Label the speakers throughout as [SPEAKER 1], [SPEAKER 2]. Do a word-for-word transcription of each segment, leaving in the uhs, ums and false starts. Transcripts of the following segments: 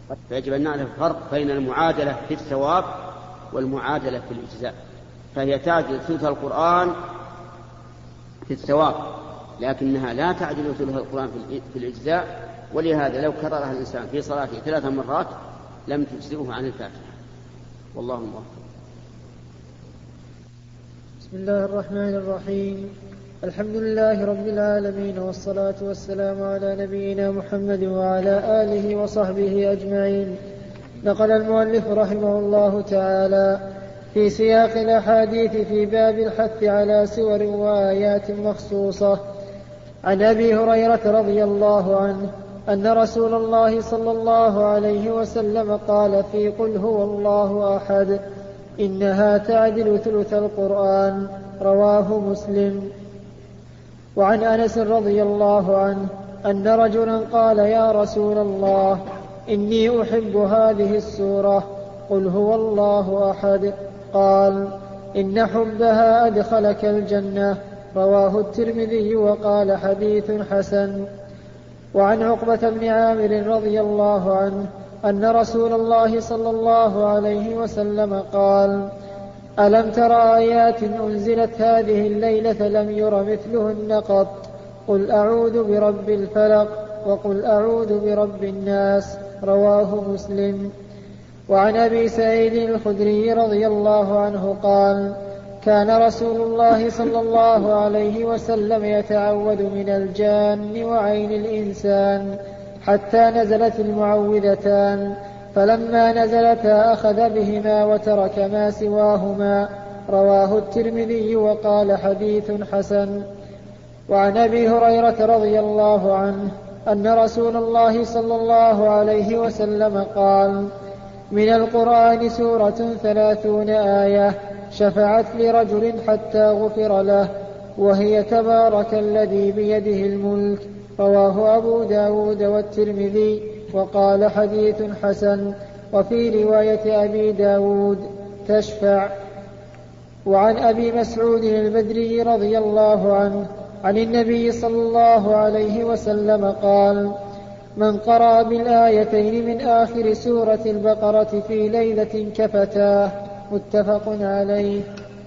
[SPEAKER 1] فيجب أن نعرف الفرق بين المعادلة في الثواب والمعادلة في الإجزاء. فهي تعدل ثلث القرآن في الثواب، لكنها لا تعدل ثلث القرآن في الإجزاء، ولهذا لو كررها الإنسان في صلاته ثلاث مرات لم تجزئه عن الفاتحة. والله موفق.
[SPEAKER 2] بسم الله الرحمن الرحيم. الحمد لله رب العالمين، والصلاة والسلام على نبينا محمد وعلى آله وصحبه أجمعين. نقل المؤلف رحمه الله تعالى في سياق الأحاديث في باب الحث على سور وآيات مخصوصة عن أبي هريرة رضي الله عنه أن رسول الله صلى الله عليه وسلم قال في قل هو الله أحد إنها تعدل ثلث القرآن، رواه مسلم. وعن أنس رضي الله عنه أن رجلا قال يا رسول الله إني أحب هذه السورة قل هو الله أحد، قال إن حبها أدخلك الجنة، رواه الترمذي وقال حديث حسن. وعن عقبة بن عامر رضي الله عنه أن رسول الله صلى الله عليه وسلم قال ألم تر آيات أنزلت هذه الليلة لم ير مثلهن قط، قل أعوذ برب الفلق وقل أعوذ برب الناس، رواه مسلم. وعن أبي سعيد الخدري رضي الله عنه قال كان رسول الله صلى الله عليه وسلم يتعوذ من الجان وعين الإنسان حتى نزلت المعوذتان، فلما نزلتا أخذ بهما وترك ما سواهما، رواه الترمذي وقال حديث حسن. وعن أبي هريرة رضي الله عنه أن رسول الله صلى الله عليه وسلم قال من القرآن سورة ثلاثون آية شفعت لرجل حتى غفر له، وهي تبارك الذي بيده الملك، رواه أبو داود والترمذي وقال حديث حسن. وفي رواية أبي داود تشفع. وعن أبي مسعود البدري رضي الله عنه عن النبي صلى الله عليه وسلم قال من قرأ بالآيتين من آخر سورة البقرة في ليلة كفتاه، متفق عليه.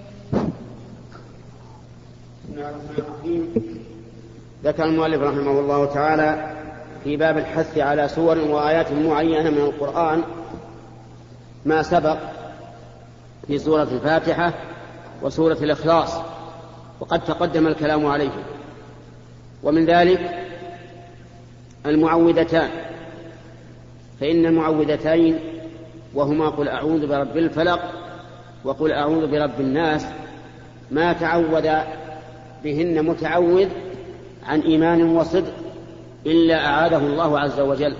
[SPEAKER 1] ذكر المؤلف رحمه الله تعالى في باب الحث على سور وآيات معينة من القرآن ما سبق في سورة الفاتحة وسورة الإخلاص، وقد تقدم الكلام عليه. ومن ذلك المعوذتان، فإن المعوذتين وهما قل أعوذ برب الفلق وقل أعوذ برب الناس ما تعوذ بهن متعوذ عن إيمان وصدق إلا أعاده الله عز وجل.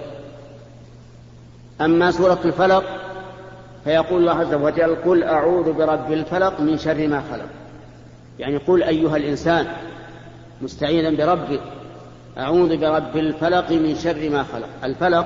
[SPEAKER 1] أما سورة الفلق فيقول الله عز وجل قل أعوذ برب الفلق من شر ما خلق، يعني قل أيها الإنسان مستعيذا بربك أعوذ برب الفلق من شر ما خلق. الفلق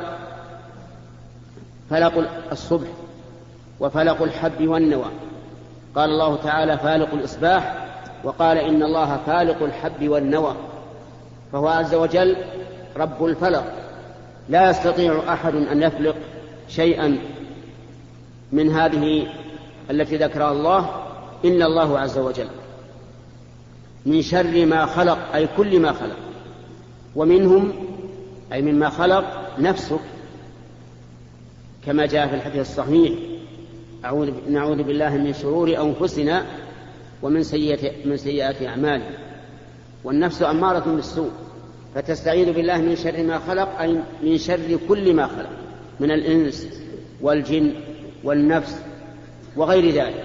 [SPEAKER 1] فلق الصبح وفلق الحب والنوى، قال الله تعالى فالق الإصباح، وقال إن الله فالق الحب والنوى، فهو عز وجل رب الفلق، لا يستطيع أحد أن يفلق شيئا من هذه التي ذكرها الله إلا الله عز وجل. من شر ما خلق أي كل ما خلق، ومنهم أي مما خلق نفسك، كما جاء في الحديث الصحيح نعوذ بالله من شرور أنفسنا ومن من سيئات أعمالنا. والنفس أمارة بالسوء، فتستعيذ بالله من شر ما خلق أي من شر كل ما خلق من الإنس والجن والنفس وغير ذلك.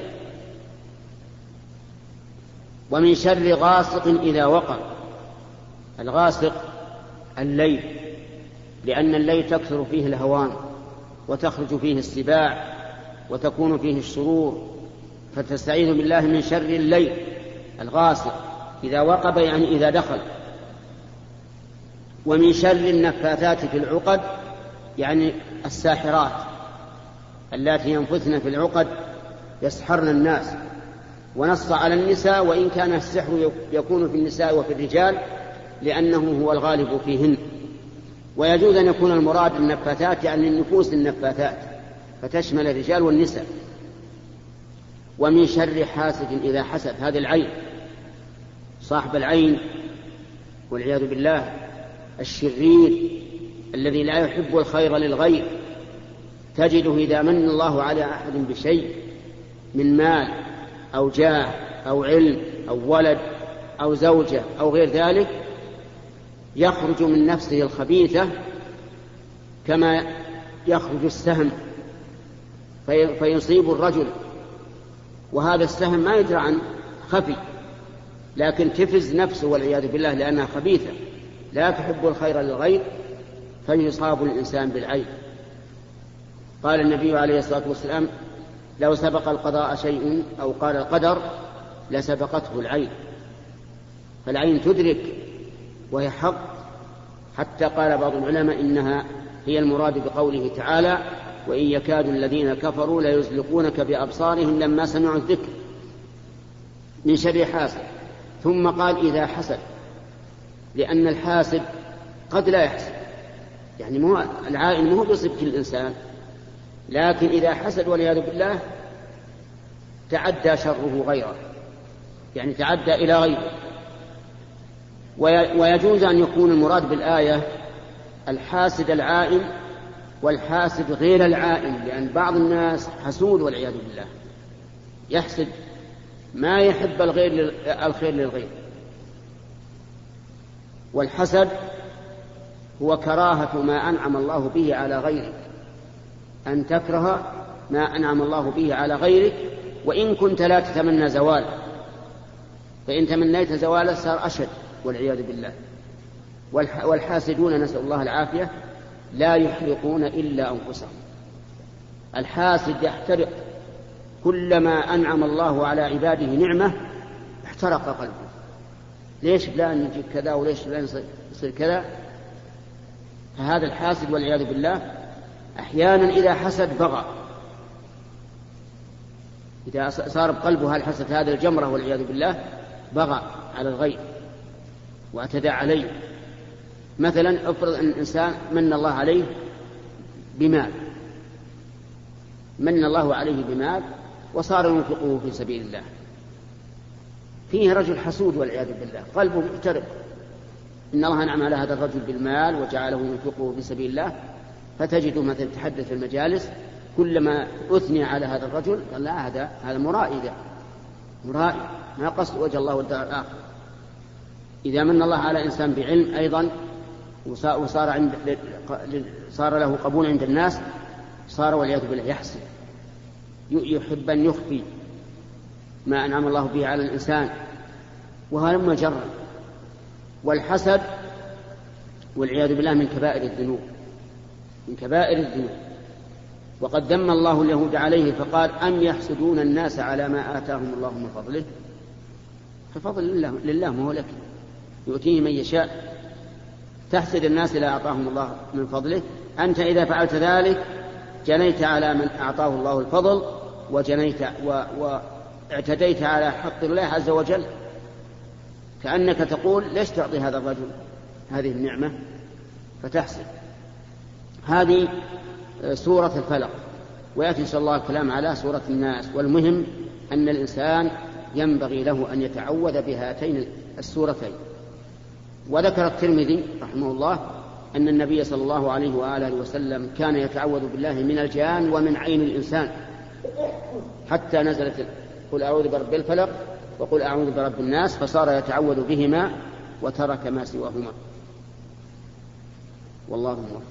[SPEAKER 1] ومن شر غاسق إذا وقب، الغاسق الليل، لأن الليل تكثر فيه الهوام وتخرج فيه السباع وتكون فيه الشرور، فتستعيذ بالله من شر الليل الغاسق إذا وقب يعني إذا دخل. ومن شر النفاثات في العقد، يعني الساحرات اللاتي ينفثن في العقد يسحرن الناس، ونص على النساء وإن كان السحر يكون في النساء وفي الرجال لأنه هو الغالب فيهن. ويجوز أن يكون المراد النفاثات يعني النفوس النفاثات، فتشمل الرجال والنساء. ومن شر حاسد إذا حسد، هذه العين، صاحب العين والعياذ بالله الشرير الذي لا يحب الخير للغير، تجده إذا من الله على أحد بشيء من مال أو جاه أو علم أو ولد أو زوجة أو غير ذلك، يخرج من نفسه الخبيثة كما يخرج السهم فيصيب الرجل، وهذا السهم ما يدرى عن خفي، لكن تفز نفسه والعياذ بالله لأنها خبيثة لا تحب الخير للغير، فيصاب الإنسان بالعين. قال النبي عليه الصلاة والسلام: لو سبق القضاء شيء، أو قال القدر، لسبقته العين. فالعين تدرك وهي حق، حتى قال بعض العلماء إنها هي المراد بقوله تعالى: وإن يكاد الذين كفروا ليزلقونك بأبصارهم لما سمعوا الذكر. من شر حاسد. ثم قال: إذا حسد، لأن الحاسد قد لا يحسد، يعني مو العائن مو بيصيب كل الإنسان، لكن إذا حسد والعياذ بالله تعدى شره غيره، يعني تعدى إلى غيره. ويجوز أن يكون المراد بالآية الحاسد العائن والحاسد غير العائن، لأن بعض الناس حسود والعياذ بالله، يحسد ما يحب الغير الخير للغير. والحسد هو كراهة ما أنعم الله به على غيرك، أن تكره ما أنعم الله به على غيرك، وإن كنت لا تتمنى زوال، فإن تمنيت زواله صار أشد والعياذ بالله. والحاسدون نسأل الله العافية لا يحرقون إلا أنفسهم. الحاسد يحترق، كلما أنعم الله على عباده نعمة احترق قلبه، ليش فلان يجيب كذا وليش فلان يصير كذا. فهذا الحاسد والعياذ بالله أحيانا إذا حسد بغى، إذا صار بقلبه هالحسد هذا الجمرة والعياذ بالله بغى على الغير واعتدى عليه. مثلا افرض أن الإنسان من الله عليه بمال، من الله عليه بمال وصار ينفقه في سبيل الله، فيه رجل حسود والعياذ بالله قلبه محترق، إن الله أنعم على هذا الرجل بالمال وجعله ينفقه في سبيل الله، فتجده مثلا تحدث في المجالس كلما أثني على هذا الرجل قال: لا، هذا هذا مرائي، ذا مرائي ما قصد وجه الله والدار الآخر. إذا من الله على إنسان بعلم أيضا وصار عند صار له قبول عند الناس، صار والعياذ بالله يحسد، يحب أن يخفي ما أنعم الله به على الإنسان، وهذا مجرد. والحسد والعياذ بالله من كبائر الذنوب، من كبائر الذنوب. وقد ذم الله اليهود عليه فقال: أم يحسدون الناس على ما آتاهم الله من فضله. ففضل لله, لله ما هو لك، يؤتيه من يشاء. تحسد الناس لا أعطاهم الله من فضله، أنت إذا فعلت ذلك جنيت على من أعطاه الله الفضل، وجنيت و... واعتديت على حق الله عز وجل، كأنك تقول: ليش تعطي هذا الرجل هذه النعمة فتحسد. هذه سورة الفلق، ويأتي إن شاء الله الكلام على سورة الناس. والمهم أن الإنسان ينبغي له أن يتعوذ بهاتين السورتين. وذكر الترمذي رحمه الله أن النبي صلى الله عليه وآله وسلم كان يتعوذ بالله من الجان ومن عين الإنسان، حتى نزلت: قل أعوذ برب الفلق وقل أعوذ برب الناس، فصار يتعوذ بهما وترك ما سواهما. والله موفق.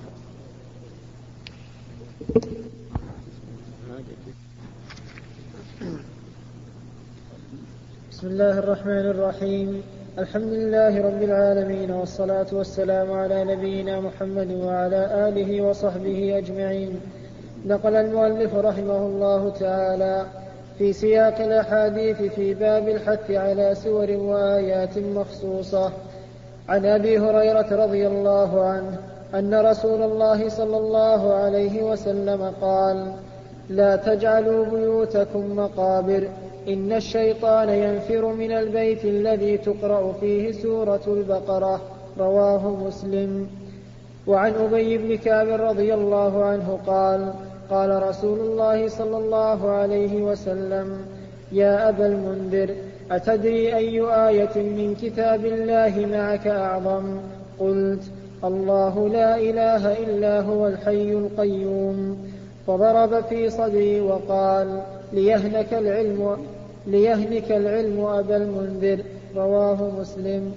[SPEAKER 2] بسم الله الرحمن الرحيم. الحمد لله رب العالمين، والصلاة والسلام على نبينا محمد وعلى آله وصحبه أجمعين. نقل المؤلف رحمه الله تعالى في سياق الأحاديث في باب الحث على سور وآيات مخصوصة عن أبي هريرة رضي الله عنه أن رسول الله صلى الله عليه وسلم قال: لا تجعلوا بيوتكم مقابر، إن الشيطان ينفر من البيت الذي تقرأ فيه سورة البقرة. رواه مسلم. وعن أبي بن كعب رضي الله عنه قال قال رسول الله صلى الله عليه وسلم يا أبا المنذر أتدري أي آية من كتاب الله معك أعظم؟ قلت الله لا إله إلا هو الحي القيوم. فضرب في صدري وقال ليهنك العلم, ليهنك العلم أبا المنذر. رواه مسلم.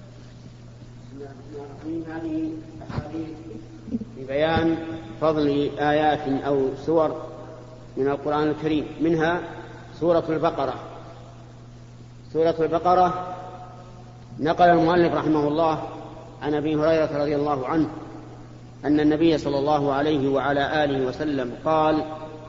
[SPEAKER 1] في هذه الأحاديث في بيان فضل آيات أو سور من القرآن الكريم، منها سورة البقرة. سورة البقرة نقل المؤلف رحمه الله عن أبي هريرة رضي الله عنه أن النبي صلى الله عليه وعلى آله وسلم قال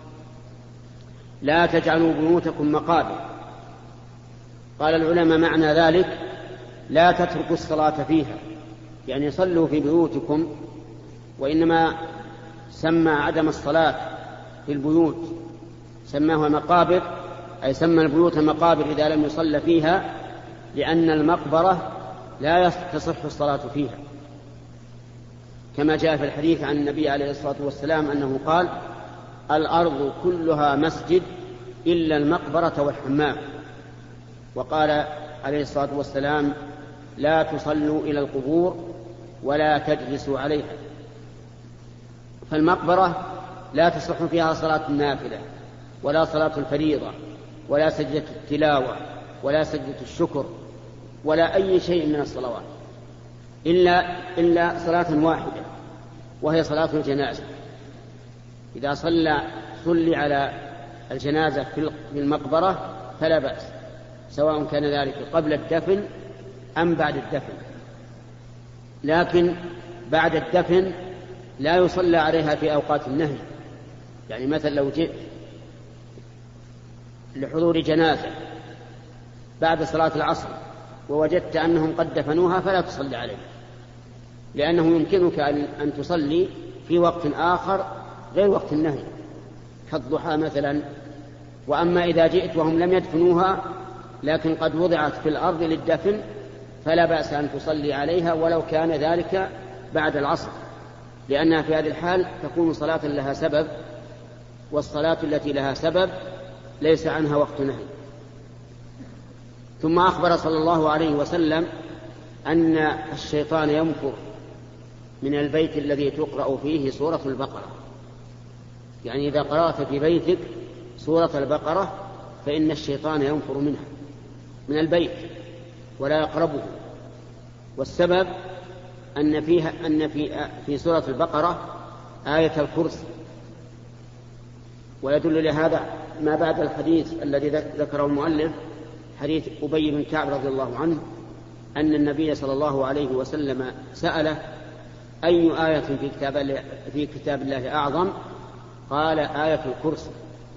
[SPEAKER 1] لا تجعلوا بيوتكم مقابر. قال العلماء معنى ذلك لا تتركوا الصلاة فيها، يعني صلوا في بيوتكم، وإنما سمى عدم الصلاة في البيوت سماها مقابر، أي سمى البيوت مقابر إذا لم يصل فيها، لأن المقبرة لا تصح الصلاة فيها، كما جاء في الحديث عن النبي عليه الصلاة والسلام أنه قال الأرض كلها مسجد إلا المقبرة والحمام. وقال عليه الصلاة والسلام لا تصلوا إلى القبور ولا تجلسوا عليها. فالمقبرة لا تصح فيها صلاة النافلة ولا صلاة الفريضة ولا سجدة التلاوة ولا سجدة الشكر ولا أي شيء من الصلوات إلا, إلا صلاة واحدة، وهي صلاة الجنازة. إذا صلى صلي على الجنازة في المقبرة فلا بأس، سواء كان ذلك قبل الدفن أم بعد الدفن. لكن بعد الدفن لا يصلى عليها في أوقات النهي، يعني مثلا لو جئت لحضور جنازة بعد صلاة العصر ووجدت أنهم قد دفنوها فلا تصلي عليها، لأنه يمكنك أن تصلي في وقت آخر غير وقت النهي كالضحى مثلا. وأما إذا جئت وهم لم يدفنوها لكن قد وضعت في الأرض للدفن فلا بأس أن تصلي عليها ولو كان ذلك بعد العصر، لأنها في هذه الحال تكون صلاة لها سبب، والصلاة التي لها سبب ليس عنها وقت نهي. ثم أخبر صلى الله عليه وسلم أن الشيطان ينفر من البيت الذي تقرأ فيه سورة البقرة، يعني إذا قرأت في بيتك سورة البقرة فإن الشيطان ينفر منها من البيت ولا يقربه. والسبب أن فيها أن في في سورة البقرة آية الكرسي، ويدل لهذا ما بعد الحديث الذي ذكره المؤلف حديث أبي بن كعب رضي الله عنه أن النبي صلى الله عليه وسلم سأله أي آية في كتاب في كتاب الله أعظم؟ قال آية الكرسي.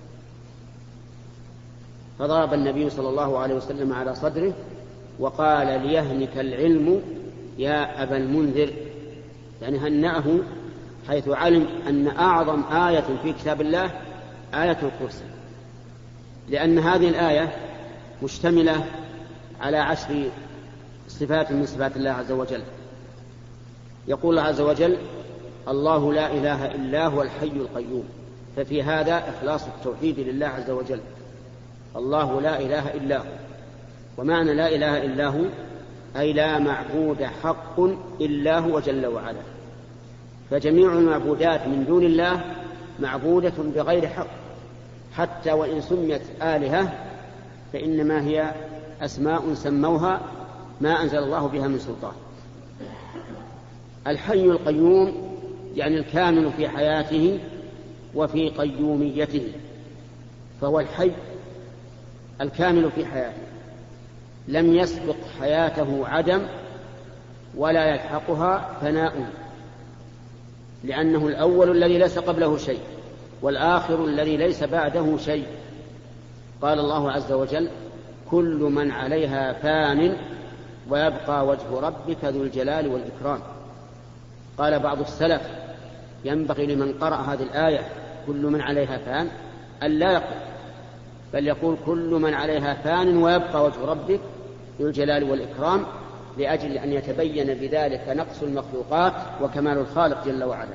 [SPEAKER 1] فضرب النبي صلى الله عليه وسلم على صدره وقال ليهنك العلم يا أبا المنذر، يعني هنأه حيث علم أن أعظم آية في كتاب الله آية الكرسي، لأن هذه الآية مشتملة على عشر صفات من صفات الله عز وجل. يقول الله عز وجل الله لا إله إلا هو الحي القيوم، ففي هذا إخلاص التوحيد لله عز وجل. الله لا إله إلا هو، ومعنى لا إله إلا هو أي لا معبود حق إلا هو جل وعلا، فجميع المعبودات من دون الله معبودة بغير حق، حتى وإن سميت آلهة فإنما هي أسماء سموها ما أنزل الله بها من سلطان. الحي القيوم يعني الكامل في حياته وفي قيوميته، فهو الحي الكامل في حياته، لم يسبق حياته عدم ولا يلحقها فناء، لأنه الأول الذي ليس قبله شيء والآخر الذي ليس بعده شيء. قال الله عز وجل كل من عليها فان ويبقى وجه ربك ذو الجلال والإكرام. قال بعض السلف ينبغي لمن قرأ هذه الآية كل من عليها فان أن لا يقل، بل يقول كل من عليها فان ويبقى وجه ربك ذو الجلال والإكرام، لأجل أن يتبين بذلك نقص المخلوقات وكمال الخالق جل وعلا.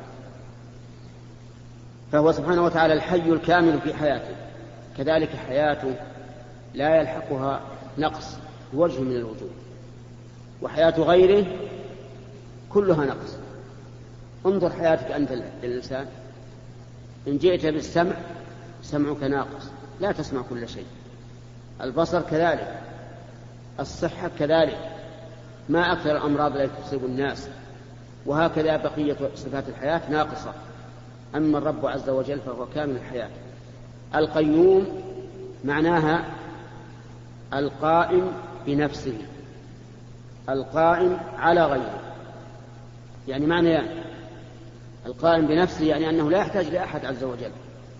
[SPEAKER 1] فهو سبحانه وتعالى الحي الكامل في حياته، كذلك حياته لا يلحقها نقص بوجه من الوجوه، وحياة غيره كلها نقص. انظر حياتك أنت للإنسان، إن جئت بالسمع سمعك ناقص، لا تسمع كل شيء. البصر كذلك، الصحة كذلك، ما أكثر الأمراض التي تصيب الناس. وهكذا بقية صفات الحياة ناقصة. أما الرب عز وجل فهو كامل الحياة. القيوم معناها القائم بنفسه، القائم على غيره. يعني معنى يعني القائم بنفسه يعني أنه لا يحتاج لأحد عز وجل.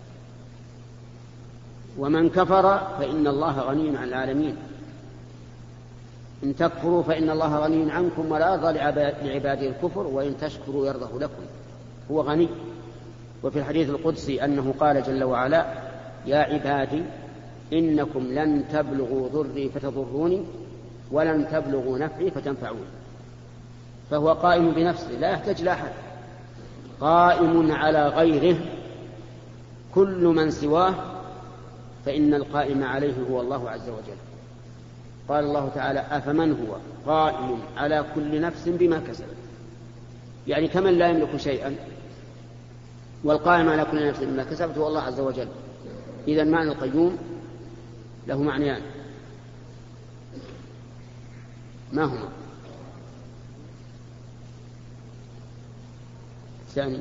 [SPEAKER 1] ومن كفر فإن الله غني عن العالمين، إن تكفروا فإن الله غني عنكم ولا يرضى لعباده الكفر وإن تشكروا يرضه لكم. هو غني. وفي الحديث القدسي أنه قال جل وعلا: يا عبادي إنكم لن تبلغوا ضري فتضروني ولن تبلغوا نفعي فتنفعوني. فهو قائم بنفسه لا يحتاج لأحد، قائم على غيره. كل من سواه فإن القائم عليه هو الله عز وجل. قال الله تعالى: أفمن هو قائم على كل نفس بما كسبت. يعني كمن لا يملك شيئا والقائم على كل نفس بما كسبت هو الله عز وجل. إذن معنى القيوم له معنيان، ما هما؟ الثاني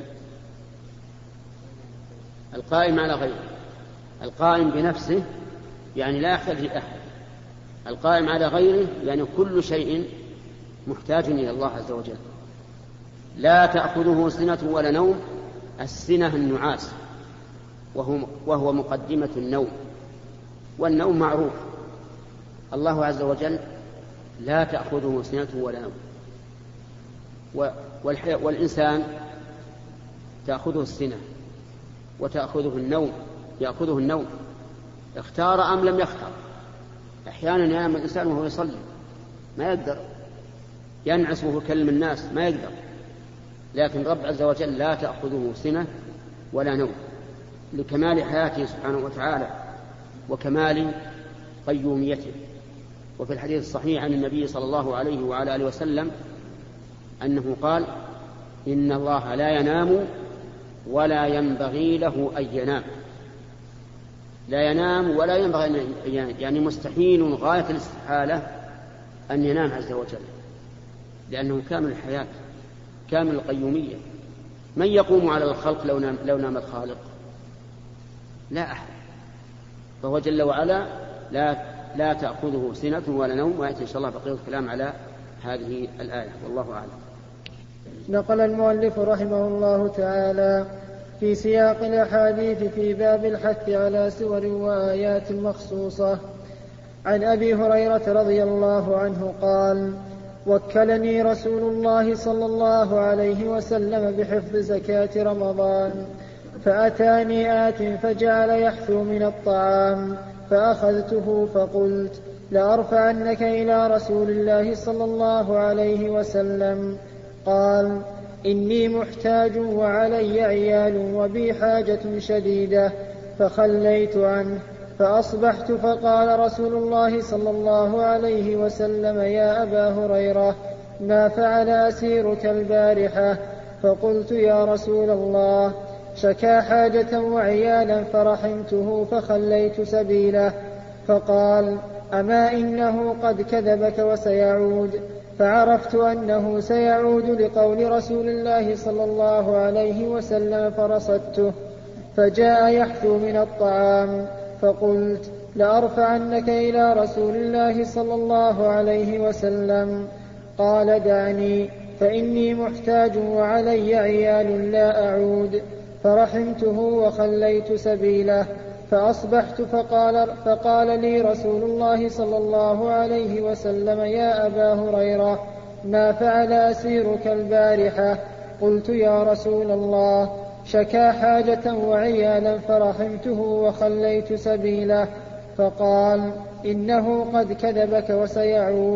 [SPEAKER 1] القائم على غيره، القائم بنفسه يعني لا يحتاج لأحد، القائم على غيره يعني كل شيء محتاج إلى الله عز وجل. لا تأخذه سنة ولا نوم. السنة النعاس وهو, وهو مقدمة النوم، والنوم معروف. الله عز وجل لا تأخذه سنة ولا نوم. والإنسان تأخذه السنة وتأخذه النوم، يأخذه النوم. اختار أم لم يختار. أحيانا ينام الإنسان وهو يصلي ما يقدر، ينعس وهو يكلم الناس ما يقدر. لكن رب عز وجل لا تأخذه سنة ولا نوم، لكمال حياته سبحانه وتعالى وكمال قيوميته. وفي الحديث الصحيح عن النبي صلى الله عليه وعلى آله وسلم أنه قال: إن الله لا ينام ولا ينبغي له أن ينام. لا ينام ولا ينبغي أن ينام، يعني مستحيل غاية الاستحالة أن ينام عز وجل، لأنه كامل الحياة كامل القيومية. من يقوم على الخلق لو نام, لو نام الخالق؟ لا أحد. فهو جل وعلا لا, لا تأخذه سنة ولا نوم. ويأتي إن شاء الله بقية الكلام على هذه الآية، والله أعلم.
[SPEAKER 2] نقل المؤلف رحمه الله تعالى في سياق الأحاديث في باب الحث على سور وآيات مخصوصة عن أبي هريرة رضي الله عنه قال: وكلني رسول الله صلى الله عليه وسلم بحفظ زكاة رمضان، فأتاني آت فجعل يحثو من الطعام، فأخذته فقلت: لأرفعنك إلى رسول الله صلى الله عليه وسلم. قال: إني محتاج وعلي عيال وبي حاجة شديدة، فخليت عنه. فأصبحت فقال رسول الله صلى الله عليه وسلم: يا أبا هريرة، ما فعل أسيرك البارحة؟ فقلت: يا رسول الله، شكا حاجة وعيالا فرحمته فخليت سبيله. فقال: أما إنه قد كذبك وسيعود. فعرفت أنه سيعود لقول رسول الله صلى الله عليه وسلم فرصدته، فجاء يحثو من الطعام، فقلت: لأرفعنك إلى رسول الله صلى الله عليه وسلم. قال: دعني، فإني محتاج وعلي عيال لا أعود. فرحمته وخليت سبيله. فأصبحت فقال, فقال لي رسول الله صلى الله عليه وسلم: يا أبا هريرة، ما فعل أسيرك البارحة؟ قلت: يا رسول الله، شكا حاجة وعيالا فرحمته وخليت سبيله. فقال: إنه قد كذبك وسيعود.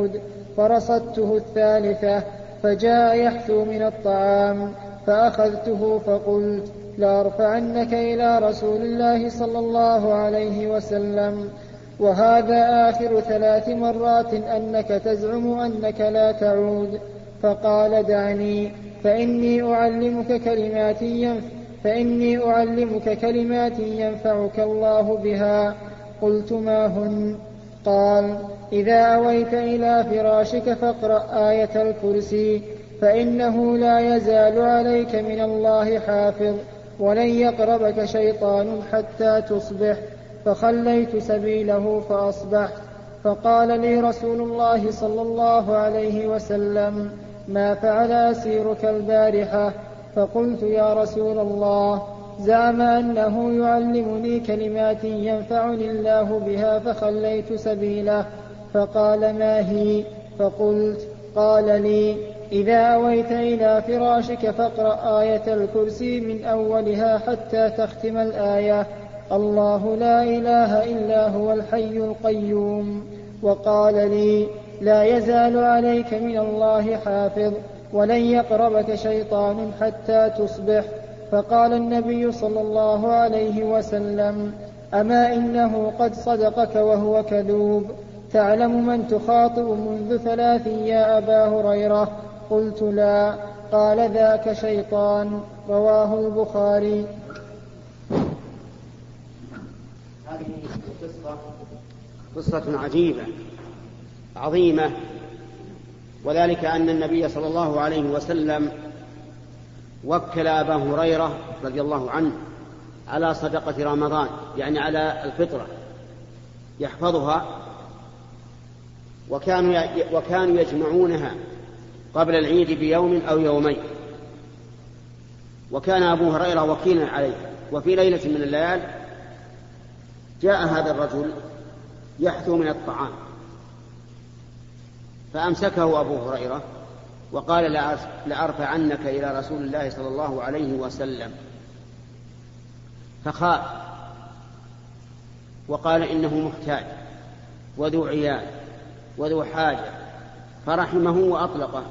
[SPEAKER 2] فرصدته الثالثة فجاء يحثو من الطعام فأخذته فقلت لأرفعنك إلى رسول الله صلى الله عليه وسلم، وهذا آخر ثلاث مرات أنك تزعم أنك لا تعود. فقال دعني فإني أعلمك كلمات ينف فإني أعلمك كلمات ينفعك الله بها. قلت ما هن؟ قال إذا أويت إلى فراشك فاقرأ آية الكرسي فإنه لا يزال عليك من الله حافظ ولن يقربك شيطان حتى تصبح. فخليت سبيله فأصبحت. فقال لي رسول الله صلى الله عليه وسلم ما فعل أسيرك البارحة؟ فقلت يا رسول الله زعم أنه يعلمني كلمات ينفعني الله بها فخليت سبيله. فقال ما هي؟ فقلت قال لي إذا أويت إلى فراشك فاقرأ آية الكرسي من أولها حتى تختم الآية الله لا إله إلا هو الحي القيوم. وقال لي لا يزال عليك من الله حافظ ولن يقربك شيطان حتى تصبح. فقال النبي صلى الله عليه وسلم أما إنه قد صدقك وهو كذوب، تعلم من تخاطب منذ ثلاث يا أبا هريرة؟ قلت لا. قال ذاك شيطان. رواه البخاري.
[SPEAKER 1] هذه قصة قصة عجيبة عظيمة، وذلك أن النبي صلى الله عليه وسلم وكل أبا هريرة رضي الله عنه على صدقة رمضان، يعني على الفطرة يحفظها، وكانوا وكانوا يجمعونها قبل العيد بيوم أو يومين، وكان أبو هريرة وكيلا عليه. وفي ليلة من الليال جاء هذا الرجل يحثو من الطعام فأمسكه أبو هريرة وقال لأرفعنك إلى رسول الله صلى الله عليه وسلم، فخاف وقال إنه محتاج وذو عيال وذو حاجة، فرحمه وأطلقه.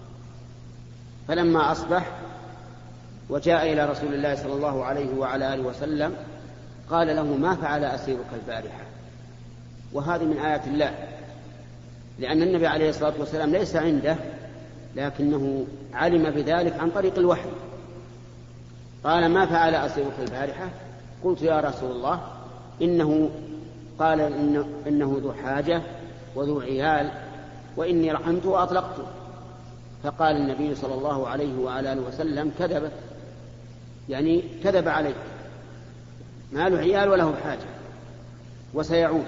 [SPEAKER 1] فلما أصبح وجاء إلى رسول الله صلى الله عليه وعلى آله وسلم قال له ما فعل أسيرك البارحة؟ وهذه من آيات الله، لأن النبي عليه الصلاة والسلام ليس عنده، لكنه علم بذلك عن طريق الوحي. قال ما فعل أسيرك البارحة؟ قلت يا رسول الله إنه قال إنه, إنه ذو حاجة وذو عيال وإني رحمته وأطلقته. فقال النبي صلى الله عليه وعلى آله وسلم كذب، يعني كذب عليه، ما له عيال وله حاجة وسيعود.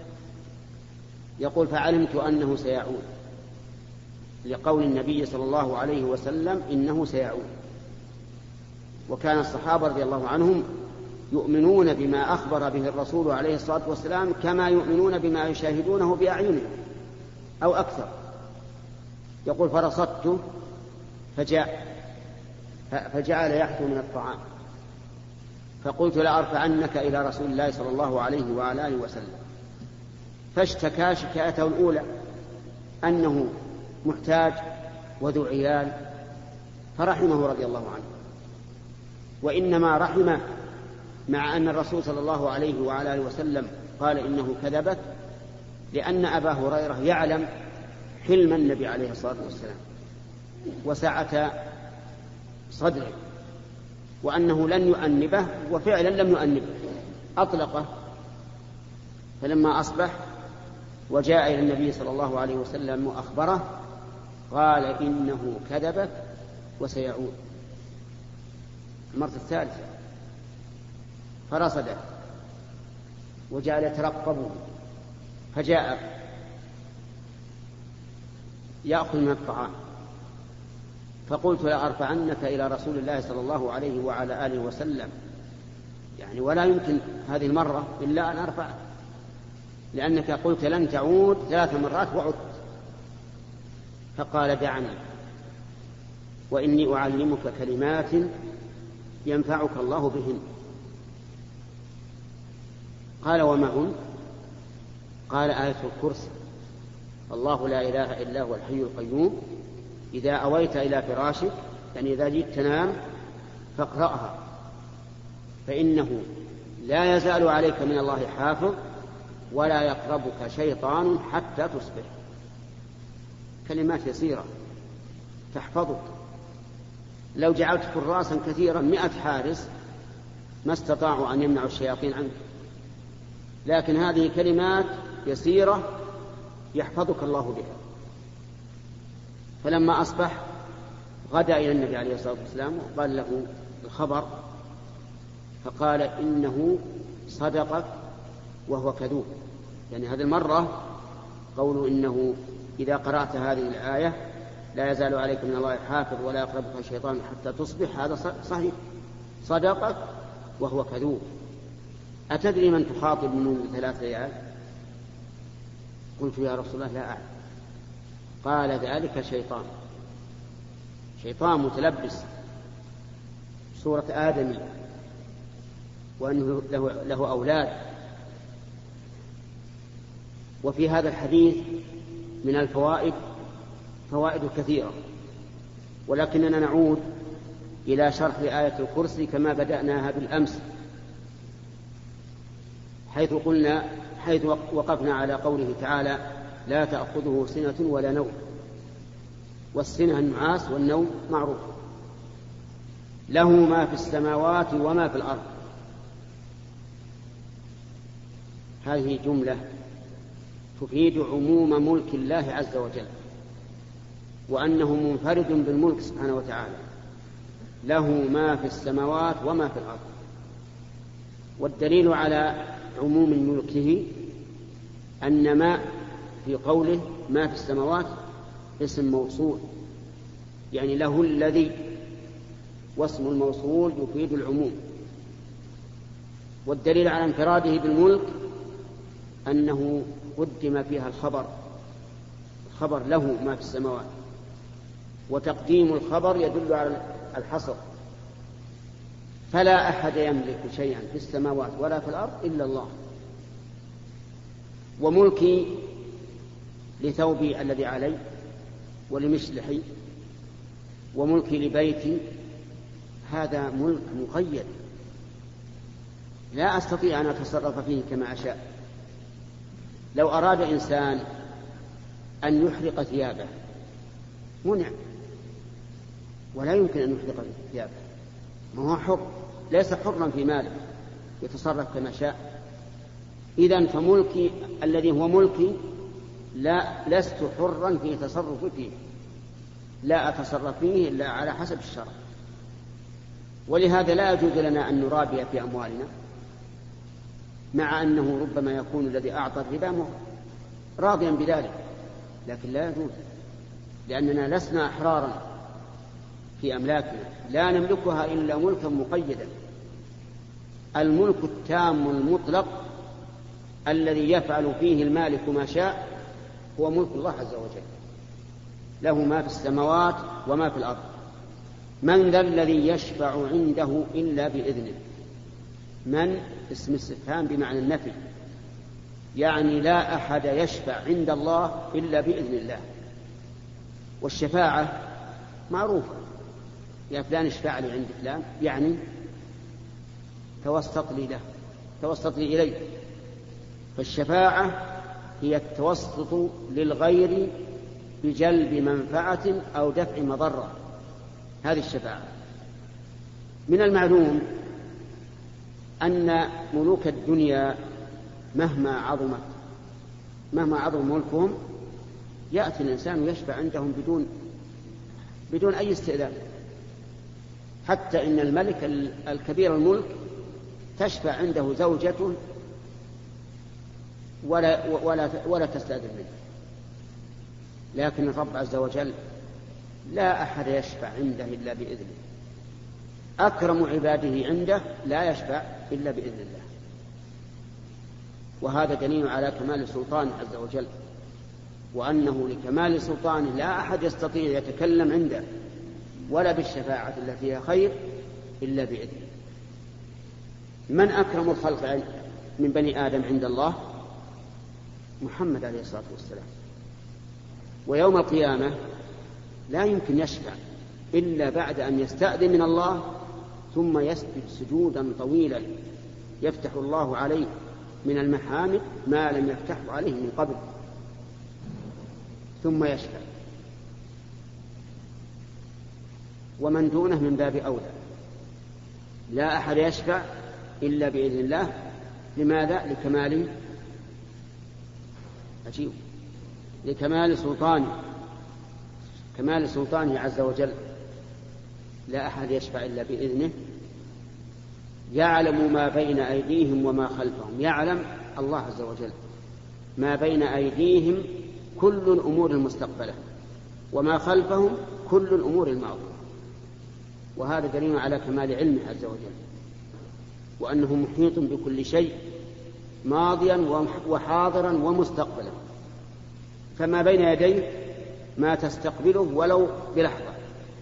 [SPEAKER 1] يقول فعلمت أنه سيعود لقول النبي صلى الله عليه وسلم إنه سيعود. وكان الصحابة رضي الله عنهم يؤمنون بما أخبر به الرسول عليه الصلاة والسلام كما يؤمنون بما يشاهدونه بأعينهم أو أكثر. يقول فرصدته فجاء فجعل يحثو من الطعام فقلت لأرفعنك إلى رسول الله صلى الله عليه وعلى آله وسلم. فاشتكى شكايته الأولى أنه محتاج وذو عيال، فرحمه رضي الله عنه. وإنما رحمه مع أن الرسول صلى الله عليه وعلى آله وسلم قال إنه كذبت، لأن أبا هريرة يعلم حلم النبي عليه الصلاة والسلام وسعة صدره، وأنه لن يؤنبه، وفعلا لم يؤنبه، أطلقه. فلما أصبح وجاء إلى النبي صلى الله عليه وسلم وأخبره قال إنه كذبك وسيعود. المرة الثالثة فرصده وجعل يترقبه، فجاء يأخذ من الطعام. فقلت لأرفعنك إلى رسول الله صلى الله عليه وعلى آله وسلم، يعني ولا يمكن هذه المرة إلا أن أرفعك، لأنك قلت لن تعود ثلاث مرات وعدت. فقال دعني وإني أعلمك كلمات ينفعك الله بهن. قال وما هن؟ قال آية الكرسي الله لا إله إلا هو الحي القيوم إذا أويت إلى فراشك، يعني إذا جئت تنام فاقرأها، فإنه لا يزال عليك من الله حافظ ولا يقربك شيطان حتى تصبح. كلمات يسيرة تحفظك. لو جعلت حراسا كثيرا مئة حارس ما استطاعوا أن يمنعوا الشياطين عنك، لكن هذه كلمات يسيرة يحفظك الله بها. فلما أصبح غدا إلى النبي عليه الصلاة والسلام وقال له الخبر، فقال إنه صدقك وهو كذوب. يعني هذه المرة قولوا إنه إذا قرأت هذه الآية لا يزال عليك من الله حافظ ولا يقربك الشيطان حتى تصبح، هذا صحيح، صدقك وهو كذوب. أتدري من تخاطب من ثلاث ليال؟ قلت يا رسول الله لا أعلم. قال ذلك شيطان، شيطان متلبس صورة آدمي وأنه له, له أولاد. وفي هذا الحديث من الفوائد فوائد كثيرة، ولكننا نعود إلى شرح آية الكرسي كما بدأناها بالأمس، حيث قلنا حيث وقفنا على قوله تعالى لا تأخذه سنة ولا نوم. والسنة النعاس والنوم معروف. له ما في السماوات وما في الأرض. هذه جملة تفيد عموم ملك الله عز وجل، وأنه منفرد بالملك سبحانه وتعالى. له ما في السماوات وما في الأرض. والدليل على عموم ملكه أن ما في قوله ما في السماوات اسم موصول، يعني له الذي، واسم الموصول يفيد العموم. والدليل على انفراده بالملك أنه قدم فيها الخبر، الخبر له ما في السماوات، وتقديم الخبر يدل على الحصر. فلا أحد يملك شيئا في السماوات ولا في الأرض إلا الله. وملكي لثوبي الذي علي ولمشلحي، وملكي لبيتي، هذا ملك مقيد لا أستطيع أن أتصرف فيه كما أشاء. لو أراد إنسان أن يحرق ثيابه منع، ولا يمكن أن يحرق ثيابه، ما هو حر، ليس حرا في ماله يتصرف كما شاء. إذن فملكي الذي هو ملكي لا لست حرا في تصرف فيه، لا أتصرف فيه إلا على حسب الشرع. ولهذا لا يجوز لنا أن نرابي في أموالنا، مع أنه ربما يكون الذي أعطى الربا راضيا بذلك، لكن لا يجوز، لأننا لسنا أحرارا في أملاكنا، لا نملكها إلا ملكا مقيدا. الملك التام المطلق الذي يفعل فيه المالك ما شاء هو ملك الله عز وجل. له ما في السماوات وما في الأرض. من ذا الذي يشفع عنده إلا بإذنه؟ من اسم استفهام بمعنى النفي، يعني لا أحد يشفع عند الله إلا بإذن الله. والشفاعة معروفة، يا فلان اشفع لي عند فلان، يعني توسط لي له، توسط لي إليه. فالشفاعة هي التوسط للغير بجلب منفعة أو دفع مضرة، هذه الشفاعة. من المعلوم أن ملوك الدنيا مهما عظمت مهما عظم ملكهم يأتي الإنسان يشفع عندهم بدون بدون أي استئذان. حتى إن الملك الكبير الملك تشفع عنده زوجته ولا, ولا, ولا تستأذن منه. لكن الرب عز وجل لا أحد يشفع عنده إلا بإذنه. أكرم عباده عنده لا يشفع إلا بإذن الله. وهذا دليل على كمال سلطانه عز وجل، وأنه لكمال سلطانه لا أحد يستطيع يتكلم عنده ولا بالشفاعة التي فيها خير إلا بإذنه. من أكرم الخلق من بني آدم عند الله؟ محمد عليه الصلاة والسلام. ويوم القيامة لا يمكن يشفع إلا بعد أن يستأذن من الله ثم يسجد سجودا طويلا يفتح الله عليه من المحامد ما لم يفتحه عليه من قبل ثم يشفع، ومن دونه من باب أولى. لا أحد يشفع إلا بإذن الله. لماذا؟ لكمال عجيب لكمال سلطانه كمال سلطانه عز وجل. لا أحد يشفع إلا بإذنه. يعلم ما بين أيديهم وما خلفهم. يعلم الله عز وجل ما بين أيديهم كل الأمور المستقبلة وما خلفهم كل الأمور الماضية، وهذا دليل على كمال علمه عز وجل وأنه محيط بكل شيء ماضيا وحاضرا ومستقبلا. فما بين يديه ما تستقبله ولو بلحظة،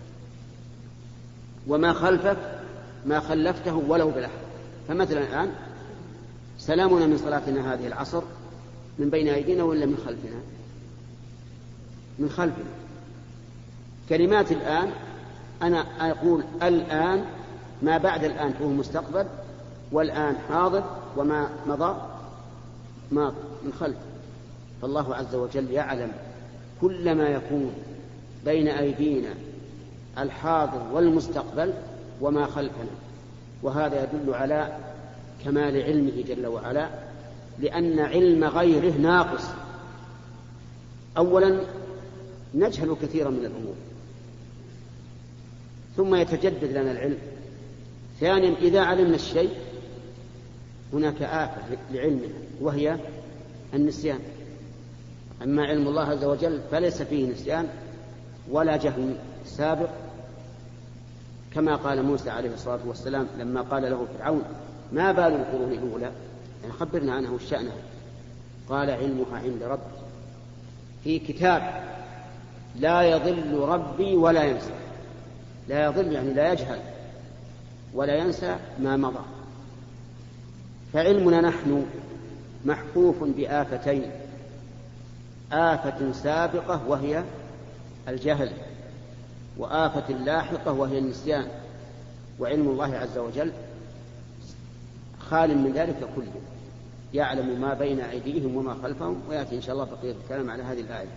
[SPEAKER 1] وما خلفك ما خلفته ولو بلحظة. فمثلا الآن سلامنا من صلاتنا هذه العصر من بين أيدينا ولا من خلفنا؟ من خلفنا. كلمات الآن أنا أقول الآن، ما بعد الآن هو مستقبل، والآن حاضر، وما مضى ماضي من خلف. فالله عز وجل يعلم كل ما يكون بين أيدينا الحاضر والمستقبل وما خلفنا، وهذا يدل على كمال علمه جل وعلا، لأن علم غيره ناقص. أولا نجهل كثيرا من الأمور ثم يتجدد لنا العلم. ثانيا إذا علمنا الشيء هناك آفة لعلمنا وهي النسيان. أما علم الله عز وجل فليس فيه نسيان ولا جهل سابق، كما قال موسى عليه الصلاة والسلام لما قال له فرعون ما بال القرون الأولى، يعني خبرنا عنه وشأنها. قال علمها عند ربي في كتاب لا يضل ربي ولا ينسى. لا يضل يعني لا يجهل ولا ينسى ما مضى. فعلمنا نحن محفوف بآفتين: آفة سابقة وهي الجهل، وآفة لاحقة وهي النسيان. وعلم الله عز وجل خال من ذلك كله، يعلم ما بين أيديهم وما خلفهم. ويأتي إن شاء الله بقية الكلام على هذه الآية.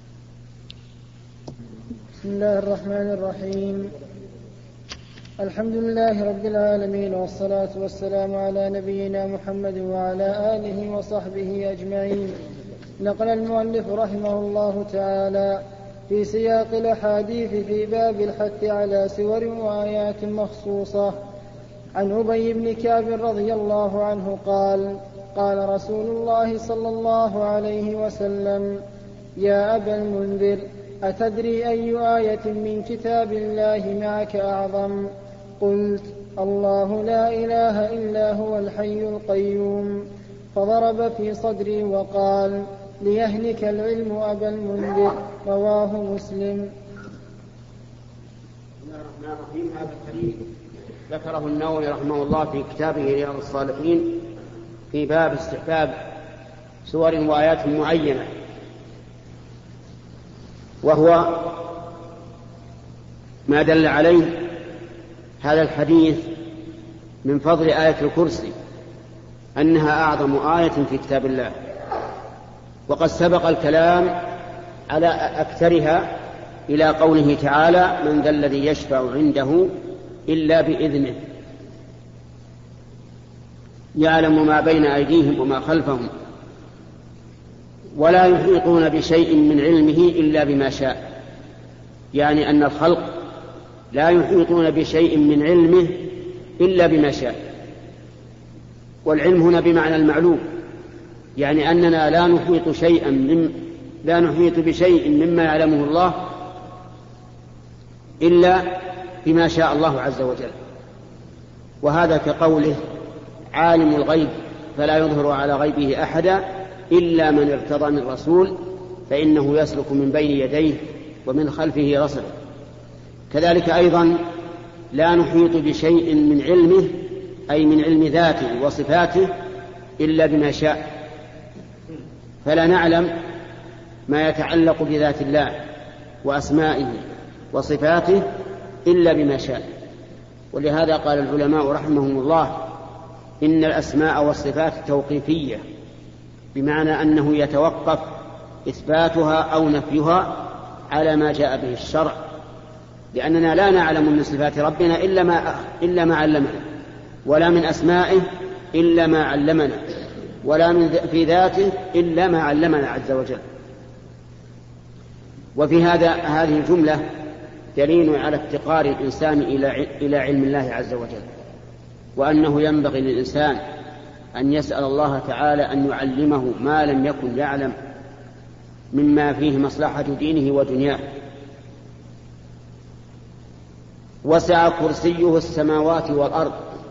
[SPEAKER 2] بسم الله الرحمن الرحيم. الحمد لله رب العالمين، والصلاة والسلام على نبينا محمد وعلى آله وصحبه أجمعين. نقل المؤلف رحمه الله تعالى في سياق الأحاديث في باب الحث على سور وآيات مخصوصة عن أبي بن كعب رضي الله عنه قال: قال رسول الله صلى الله عليه وسلم: يا أبا المنذر، أتدري أي آية من كتاب الله معك أعظم؟ قلت: الله لا إله إلا هو الحي القيوم. فضرب في صدري وقال: ليهنك العلم أبا المنذر. رواه مسلم.
[SPEAKER 1] بسم الله الرحمن الرحيم. هذا الحديث ذكره النووي رحمه الله في كتابه رياض الصالحين في باب استحباب سور وآيات معينة، وهو ما دل عليه هذا الحديث من فضل آية الكرسي أنها أعظم آية في كتاب الله، وقد سبق الكلام على أكثرها إلى قوله تعالى: من ذا الذي يشفع عنده إلا بإذنه، يعلم ما بين أيديهم وما خلفهم، ولا يحيطون بشيء من علمه إلا بما شاء. يعني أن الخلق لا يحيطون بشيء من علمه إلا بما شاء. والعلم هنا بمعنى المعلوم، يعني أننا لا نحيط شيئا من لا نحيط بشيء مما يعلمه الله إلا بما شاء الله عز وجل. وهذا كقوله: عالم الغيب فلا يظهر على غيبه أحدا إلا من ارتضى من رسول فإنه يسلك من بين يديه ومن خلفه رصدا. كذلك أيضا لا نحيط بشيء من علمه أي من علم ذاته وصفاته إلا بما شاء. فلا نعلم ما يتعلق بذات الله وأسمائه وصفاته إلا بما شاء. ولهذا قال العلماء رحمهم الله إن الأسماء والصفات توقيفية، بمعنى أنه يتوقف إثباتها أو نفيها على ما جاء به الشرع، لأننا لا نعلم من صفات ربنا إلا ما, إلا ما علمنا، ولا من أسمائه إلا ما علمنا، ولا من في ذاته إلا ما علمنا عز وجل. وفي هذا هذه الجملة دليل على افتقار الإنسان إلى علم الله عز وجل، وأنه ينبغي للإنسان أن يسأل الله تعالى أن يعلمه ما لم يكن يعلم مما فيه مصلحة دينه ودنياه. وسع كرسيه السماوات والأرض.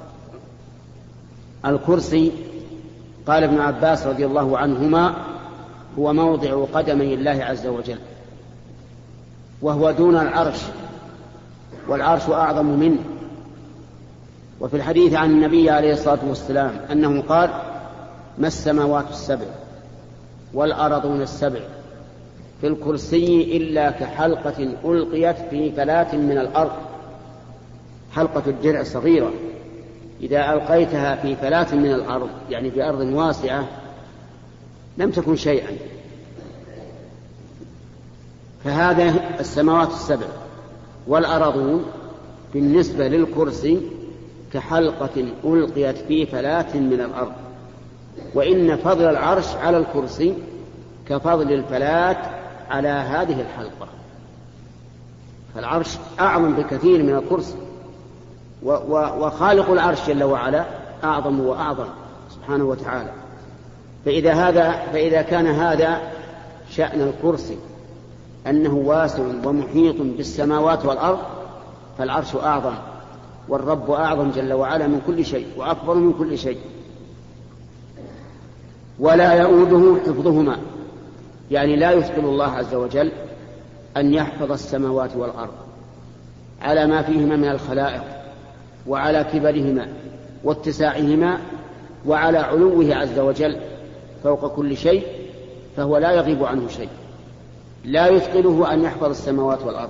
[SPEAKER 1] الكرسي قال ابن عباس رضي الله عنهما هو موضع قدمي الله عز وجل، وهو دون العرش، والعرش أعظم منه. وفي الحديث عن النبي عليه الصلاة والسلام أنه قال: ما السماوات السبع والأرضون السبع في الكرسي إلا كحلقة ألقيت في فلاة من الأرض. حلقة الدرع صغيرة إذا ألقيتها في فلاة من الأرض، يعني في أرض واسعة، لم تكن شيئا. فهذا السماوات السبع والأرضون بالنسبة للكرسي كحلقة ألقيت في فلاة من الأرض. وإن فضل العرش على الكرسي كفضل الفلاة على هذه الحلقة. فالعرش أعظم بكثير من الكرسي، وخالق العرش جل وعلا أعظم وأعظم سبحانه وتعالى. فإذا, هذا فإذا كان هذا شأن الكرسي أنه واسع ومحيط بالسماوات والأرض، فالعرش أعظم، والرب أعظم جل وعلا من كل شيء وأكبر من كل شيء. ولا يؤوده حفظهما، يعني لا يثقل الله عز وجل أن يحفظ السماوات والأرض على ما فيهما من الخلائق، وعلى كبرهما واتساعهما، وعلى علوه عز وجل فوق كل شيء، فهو لا يغيب عنه شيء. لا يثقله أن يحفظ السماوات والأرض،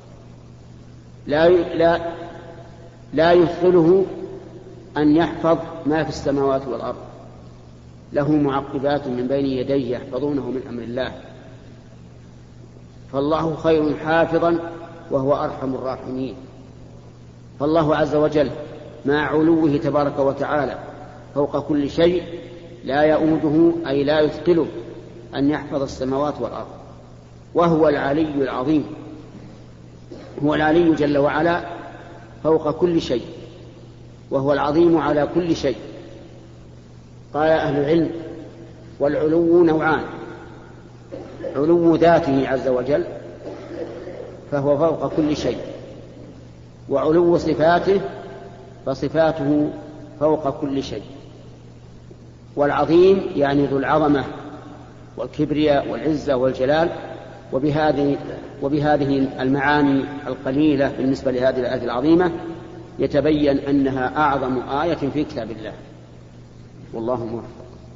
[SPEAKER 1] لا لا لا يثقله أن يحفظ ما في السماوات والأرض. له معقبات من بين يديه يحفظونه من أمر الله. فالله خير حافظا وهو أرحم الراحمين. فالله عز وجل مع علوه تبارك وتعالى فوق كل شيء لا يؤوده، أي لا يثقله أن يحفظ السماوات والأرض، وهو العلي العظيم. هو العلي جل وعلا فوق كل شيء، وهو العظيم على كل شيء. قال أهل العلم: والعلو نوعان: علو ذاته عز وجل فهو فوق كل شيء، وعلو صفاته فصفاته فوق كل شيء. والعظيم يعني ذو العظمة والكبرياء والعزة والجلال. وبهذه, وبهذه المعاني القليلة بالنسبة لهذه الآية العظيمة يتبين أنها أعظم آية في كتاب الله. والله موفق.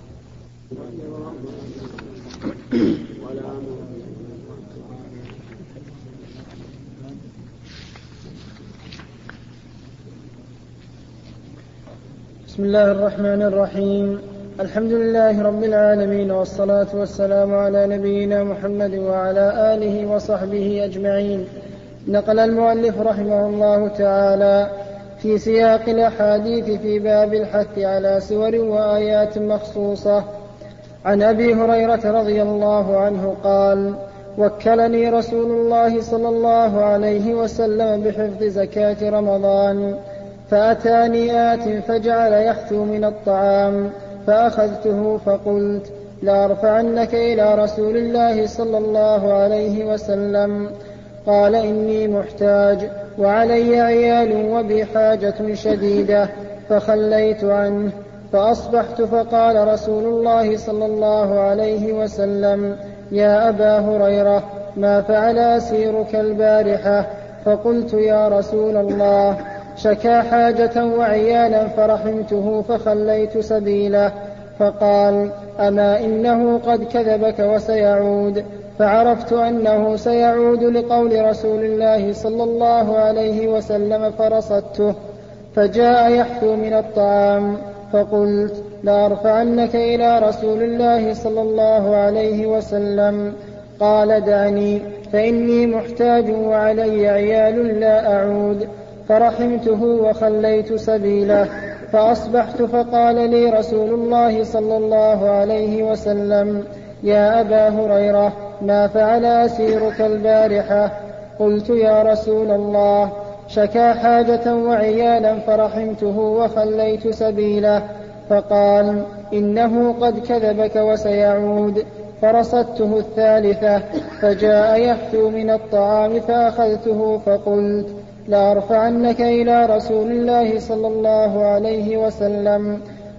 [SPEAKER 2] بسم الله الرحمن الرحيم. الحمد لله رب العالمين، والصلاة والسلام على نبينا محمد وعلى آله وصحبه أجمعين. نقل المؤلف رحمه الله تعالى في سياق الأحاديث في باب الحث على سور وآيات مخصوصة عن أبي هريرة رضي الله عنه قال: وكلني رسول الله صلى الله عليه وسلم بحفظ زكاة رمضان، فأتاني آت فجعل يحثو من الطعام، فأخذته فقلت: لأرفعنك إلى رسول الله صلى الله عليه وسلم. قال: إني محتاج وعلي عيال وبي حاجة شديدة، فخليت عنه. فأصبحت فقال رسول الله صلى الله عليه وسلم: يا أبا هريرة، ما فعل أسيرك البارحة؟ فقلت: يا رسول الله، شكا حاجة وعيالا فرحمته فخليت سبيله. فقال: أما إنه قد كذبك وسيعود. فعرفت أنه سيعود لقول رسول الله صلى الله عليه وسلم فرصدته، فجاء يحثو من الطعام، فقلت لأرفعنك إلى رسول الله صلى الله عليه وسلم. قال دعني فإني محتاج وعلي عيال لا أعود. فرحمته وخليت سبيله، فأصبحت فقال لي رسول الله صلى الله عليه وسلم: يا أبا هريرة، ما فعل أسيرك البارحة؟ قلت: يا رسول الله، شكا حاجة وعيالا فرحمته وخليت سبيله. فقال: إنه قد كذبك وسيعود. فرصدته الثالثة، فجاء يحثو من الطعام فأخذته، فقلت: لأرفعنك إلى رسول الله صلى الله عليه وسلم.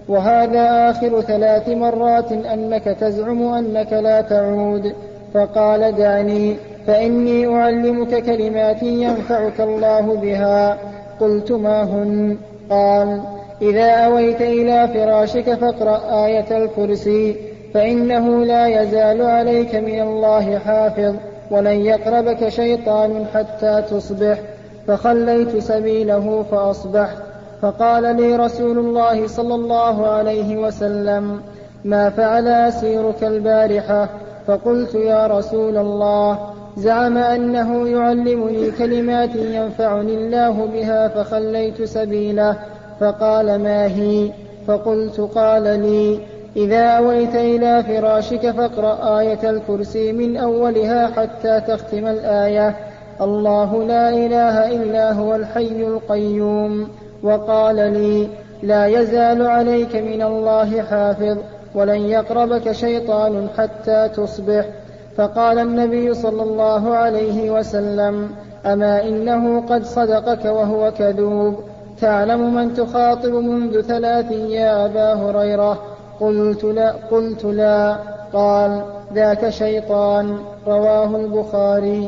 [SPEAKER 2] وهذا آخر ثلاث مرات أنك تزعم أنك لا تعود. فقال: دعني فإني أعلمك كلمات ينفعك الله بها. قلت: ما هن؟ قال: إذا أويت إلى فراشك فاقرأ آية الكرسي، فإنه لا يزال عليك من الله حافظ، ولن يقربك شيطان حتى تصبح. فخليت سبيله فأصبحت. فقال لي رسول الله صلى الله عليه وسلم: ما فعل أسيرك البارحة؟ فقلت: يا رسول الله، زعم أنه يعلمني كلمات ينفعني الله بها فخليت سبيله. فقال: ما هي؟ فقلت: قال لي: إذا أويت إلى فراشك فاقرأ آية الكرسي من أولها حتى تختم الآية: الله لا إله إلا هو الحي القيوم. وقال لي: لا يزال عليك من الله حافظ، ولن يقربك شيطان حتى تصبح. فقال النبي صلى الله عليه وسلم: أما إنه قد صدقك وهو كذوب. تعلم من تخاطب منذ ثلاث يا أبا هريرة؟ قلت لا, قلت لا. قال: ذاك شيطان. رواه البخاري.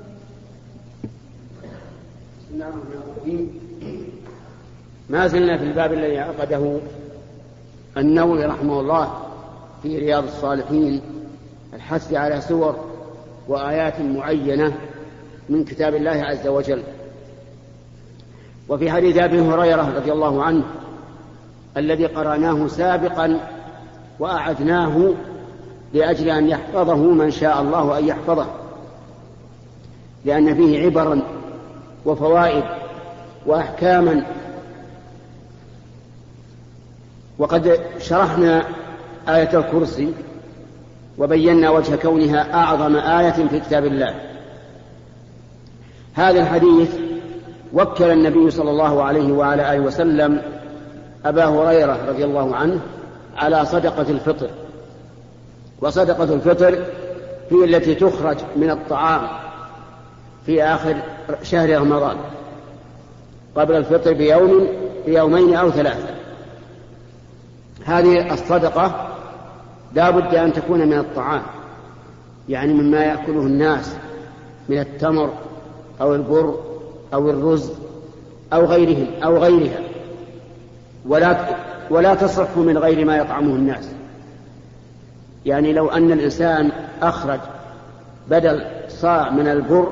[SPEAKER 1] ما زلنا في الباب الذي عقده النووي رحمه الله في رياض الصالحين، الحث على سور وآيات معينة من كتاب الله عز وجل. وفي حديث أبي هريرة رضي الله عنه الذي قرأناه سابقا وأعدناه لأجل أن يحفظه من شاء الله أن يحفظه، لأن فيه عبرا وفوائد وأحكاما. وقد شرحنا آية الكرسي وبينا وجه كونها أعظم آية في كتاب الله. هذا الحديث وكل النبي صلى الله عليه وعلى آله وسلم أبا هريرة رضي الله عنه على صدقة الفطر. وصدقة الفطر هي التي تخرج من الطعام في آخر شهر رمضان قبل الفطر بيوم بيومين أو ثلاثة. هذه الصدقة لا بد أن تكون من الطعام، يعني مما يأكله الناس من التمر أو البر أو الرز أو غيرهم أو غيرها، ولا ولا تصح من غير ما يطعمه الناس. يعني لو أن الإنسان أخرج بدل صاع من البر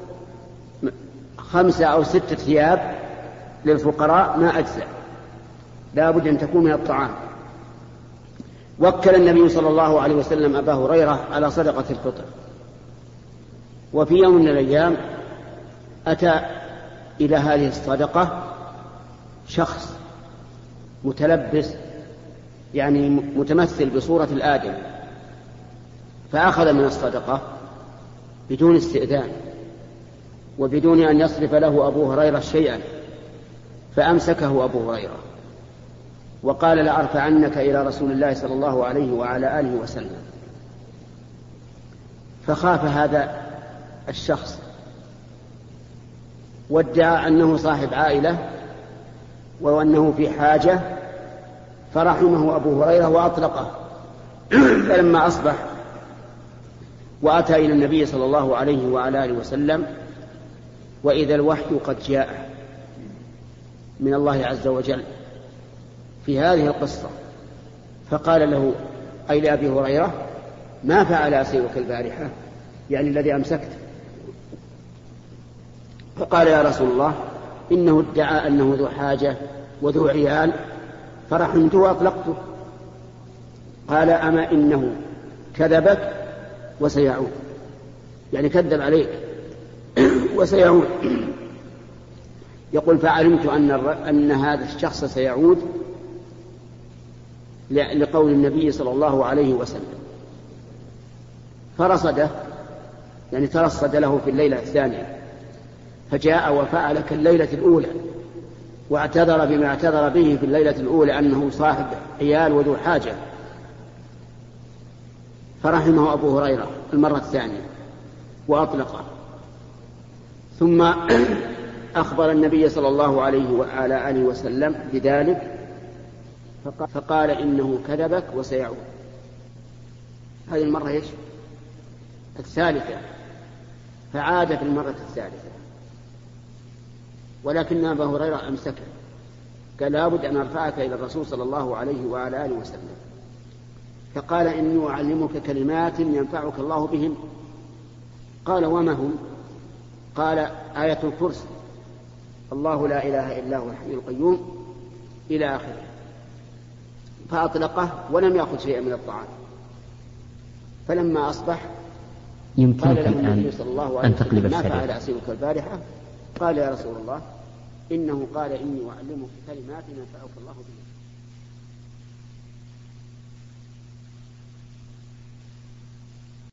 [SPEAKER 1] خمسة أو ستة ثياب للفقراء ما أجزأ، لا بد أن تكون من الطعام. وكل النبي صلى الله عليه وسلم أبا هريرة على صدقة الفطر. وفي يوم من الأيام أتى إلى هذه الصدقة شخص متلبس، يعني متمثل بصورة الآدم، فأخذ من الصدقة بدون استئذان وبدون أن يصرف له أبو هريرة شيئا، فأمسكه أبو هريرة وقال: لأرفعنك إلى رسول الله صلى الله عليه وعلى آله وسلم. فخاف هذا الشخص وادعى أنه صاحب عائلة وأنه في حاجة، فرحمه أبو هريرة وأطلقه. فلما أصبح وأتى إلى النبي صلى الله عليه وعلى آله وسلم وإذا الوحي قد جاء من الله عز وجل في هذه القصة، فقال له أي لأبي هريرة: ما فعل أسيرك البارحة؟ يعني الذي أمسكت. فقال يا رسول الله إنه ادعى أنه ذو حاجة وذو عيال فرحمته وأطلقته. قال أما إنه كذبك وسيعود، يعني كذب عليك وسيعود. يقول فعلمت أن, أن هذا الشخص سيعود لقول النبي صلى الله عليه وسلم، فرصده، يعني ترصد له في الليلة الثانية، فجاء وفعل كالليلة الأولى واعتذر بما اعتذر به في الليلة الأولى أنه صاحب عيال وذو حاجة، فرحمه أبو هريرة المرة الثانية وأطلقه. ثم أخبر النبي صلى الله عليه وعلى آله وسلم بذلك فقال إنه كذبك وسيعود. هذه المرة إيش؟ الثالثة، فعاد في المرة الثالثة، ولكن أبا هريرة أمسكه، قال لابد أن أرفعك إلى الرسول صلى الله عليه وعلى آله وسلم. فقال إني أعلمك كلمات ينفعك الله بهن. قال وما هم؟ قال آية الكرسي، الله لا إله إلا هو الحي القيوم، إلى آخره. فأطلقه ولم يأخذ شيئا من الطعام. فلما أصبح
[SPEAKER 3] يمكنك
[SPEAKER 1] قال له النبي
[SPEAKER 3] الآن
[SPEAKER 1] صلى الله عليه
[SPEAKER 3] أن تقلب
[SPEAKER 1] وسلم ما
[SPEAKER 3] السرير.
[SPEAKER 1] فعل أسيرك البارحة؟ قال يا رسول الله إنه قال إني أعلمك كلمات ينفعك الله بهن.